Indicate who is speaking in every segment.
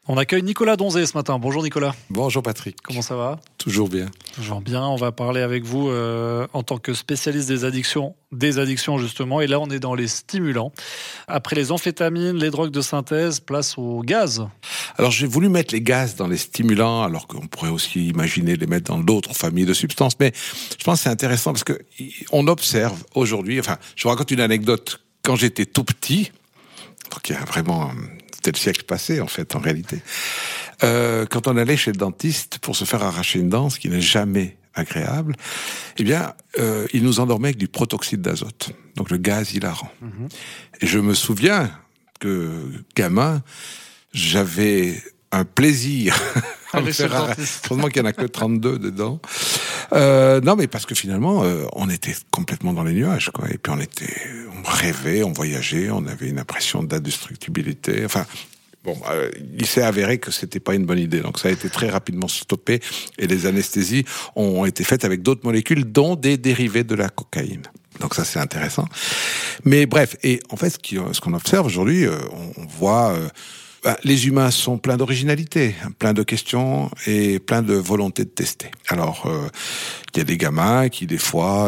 Speaker 1: On accueille Nicolas Donzé ce matin. Bonjour Nicolas.
Speaker 2: Bonjour Patrick.
Speaker 1: Comment ça va ?
Speaker 2: Toujours bien.
Speaker 1: Toujours bien. On va parler avec vous en tant que spécialiste des addictions justement. Et là, on est dans les stimulants. Après les amphétamines, les drogues de synthèse, place au gaz.
Speaker 2: Alors j'ai voulu mettre les gaz dans les stimulants, alors qu'on pourrait aussi imaginer les mettre dans d'autres familles de substances. Mais je pense que c'est intéressant parce que on observe aujourd'hui. Enfin, je vous raconte une anecdote. Quand j'étais tout petit, donc il y a vraiment c'était le siècle passé en fait en réalité. Quand on allait chez le dentiste pour se faire arracher une dent, ce qui n'est jamais agréable, eh bien, il nous endormait avec du protoxyde d'azote, donc le gaz hilarant. Et je me souviens que gamin, j'avais un plaisir à me faire arracher. Heureusement qu'il n'y en a que 32 dedans. Non, mais parce que finalement, on était complètement dans les nuages, quoi. Et puis on rêvait, on voyageait, on avait une impression d'indestructibilité. Enfin, bon, il s'est avéré que c'était pas une bonne idée. Donc ça a été très rapidement stoppé et les anesthésies ont été faites avec d'autres molécules, dont des dérivés de la cocaïne. Donc ça, c'est intéressant. Mais bref, et en fait, ce qu'on observe aujourd'hui, on voit... les humains sont pleins d'originalité, pleins de questions et pleins de volonté de tester. Alors, il y a des gamins qui, des fois,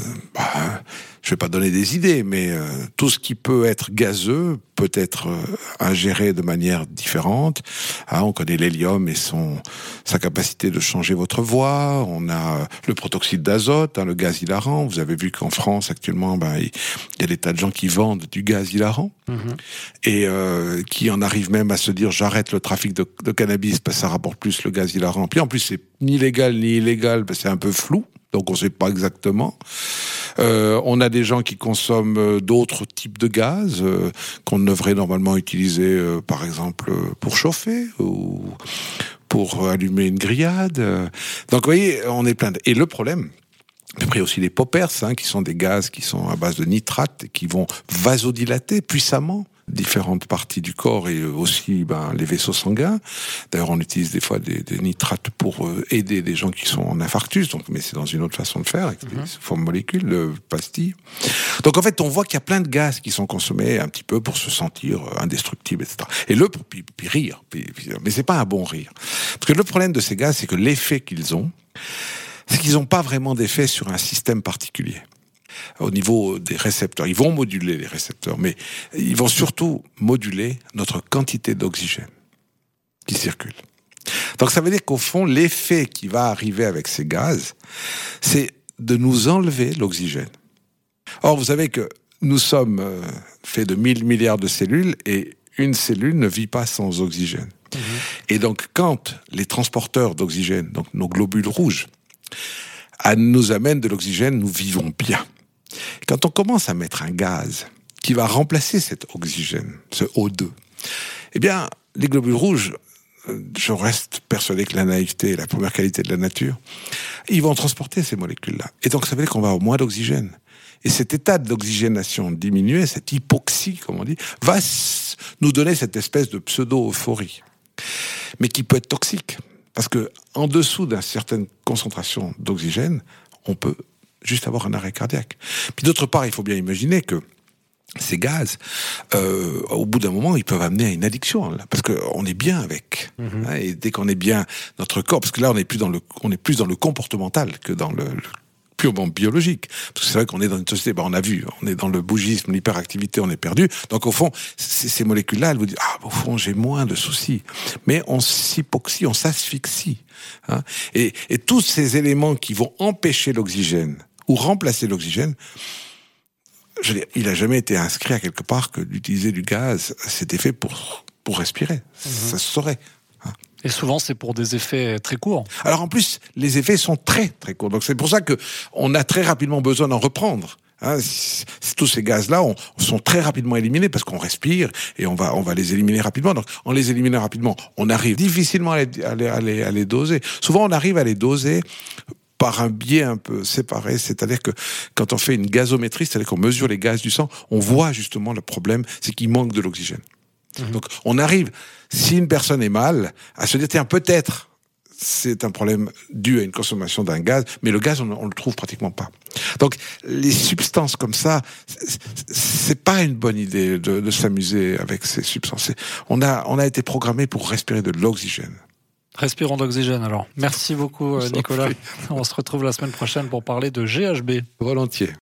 Speaker 2: je vais pas donner des idées, mais tout ce qui peut être gazeux peut être ingéré de manière différente. On connaît l'hélium et sa capacité de changer votre voix. On a le protoxyde d'azote, le gaz hilarant. Vous avez vu qu'en France, actuellement, il y a des tas de gens qui vendent du gaz hilarant et qui en arrivent même à se dire j'arrête le trafic de cannabis parce que ça rapporte plus le gaz hilarant. Puis en plus, c'est ni légal ni illégal, c'est un peu flou. Donc on sait pas exactement. On a des gens qui consomment d'autres types de gaz qu'on devrait normalement utiliser, par exemple, pour chauffer ou pour allumer une grillade. Donc vous voyez, on est plein de... Et le problème, après aussi les poppers, qui sont des gaz qui sont à base de nitrate et qui vont vasodilater puissamment différentes parties du corps et aussi les vaisseaux sanguins. D'ailleurs, on utilise des fois des nitrates pour aider des gens qui sont en infarctus, mais c'est dans une autre façon de faire, avec des formes molécules, de pastilles. Donc en fait, on voit qu'il y a plein de gaz qui sont consommés un petit peu pour se sentir indestructible, etc. Et puis rire, mais c'est pas un bon rire. Parce que le problème de ces gaz, c'est que l'effet qu'ils ont, c'est qu'ils n'ont pas vraiment d'effet sur un système particulier. Au niveau des récepteurs, ils vont moduler les récepteurs, mais ils vont surtout moduler notre quantité d'oxygène qui circule. Donc ça veut dire qu'au fond, l'effet qui va arriver avec ces gaz, c'est de nous enlever l'oxygène. Or, vous savez que nous sommes faits de 1000 milliards de cellules et une cellule ne vit pas sans oxygène. Et donc, quand les transporteurs d'oxygène, donc nos globules rouges, nous amènent de l'oxygène, nous vivons bien. Quand on commence à mettre un gaz qui va remplacer cet oxygène, ce O2, eh bien, les globules rouges, je reste persuadé que la naïveté est la première qualité de la nature, ils vont transporter ces molécules-là. Et donc, ça veut dire qu'on va avoir moins d'oxygène. Et cet état d'oxygénation diminué, cette hypoxie, comme on dit, va nous donner cette espèce de pseudo-euphorie, mais qui peut être toxique. Parce que en dessous d'une certaine concentration d'oxygène, on peut juste avoir un arrêt cardiaque. Puis d'autre part, il faut bien imaginer que ces gaz, au bout d'un moment, ils peuvent amener à une addiction, là, parce qu'on est bien avec. Et dès qu'on est bien, notre corps, parce que là, on est plus dans le comportemental que dans le purement biologique. Parce que c'est vrai qu'on est dans une société, on a vu, on est dans le bougisme, l'hyperactivité, on est perdu. Donc au fond, ces molécules-là, elles vous disent, au fond, j'ai moins de soucis. Mais on s'hypoxie, on s'asphyxie. Et tous ces éléments qui vont empêcher l'oxygène ou remplacer l'oxygène, il n'a jamais été inscrit à quelque part que d'utiliser du gaz, c'était fait pour respirer. Ça se saurait.
Speaker 1: Et souvent, c'est pour des effets très courts.
Speaker 2: Alors en plus, les effets sont très très courts. Donc c'est pour ça que on a très rapidement besoin d'en reprendre. Tous ces gaz-là sont très rapidement éliminés parce qu'on respire et on va les éliminer rapidement. Donc en les éliminant rapidement, on arrive difficilement à les doser. Souvent, on arrive à les doser par un biais un peu séparé, c'est-à-dire que quand on fait une gazométrie, c'est-à-dire qu'on mesure les gaz du sang, on voit justement le problème, c'est qu'il manque de l'oxygène. Donc on arrive, si une personne est mal, à se dire tiens, peut-être c'est un problème dû à une consommation d'un gaz, mais le gaz on le trouve pratiquement pas. Donc les substances comme ça, c'est pas une bonne idée de s'amuser avec ces substances. On a été programmé pour respirer de l'oxygène.
Speaker 1: Respirons d'oxygène alors. Merci beaucoup Nicolas. On se retrouve la semaine prochaine pour parler de GHB.
Speaker 2: Volontiers.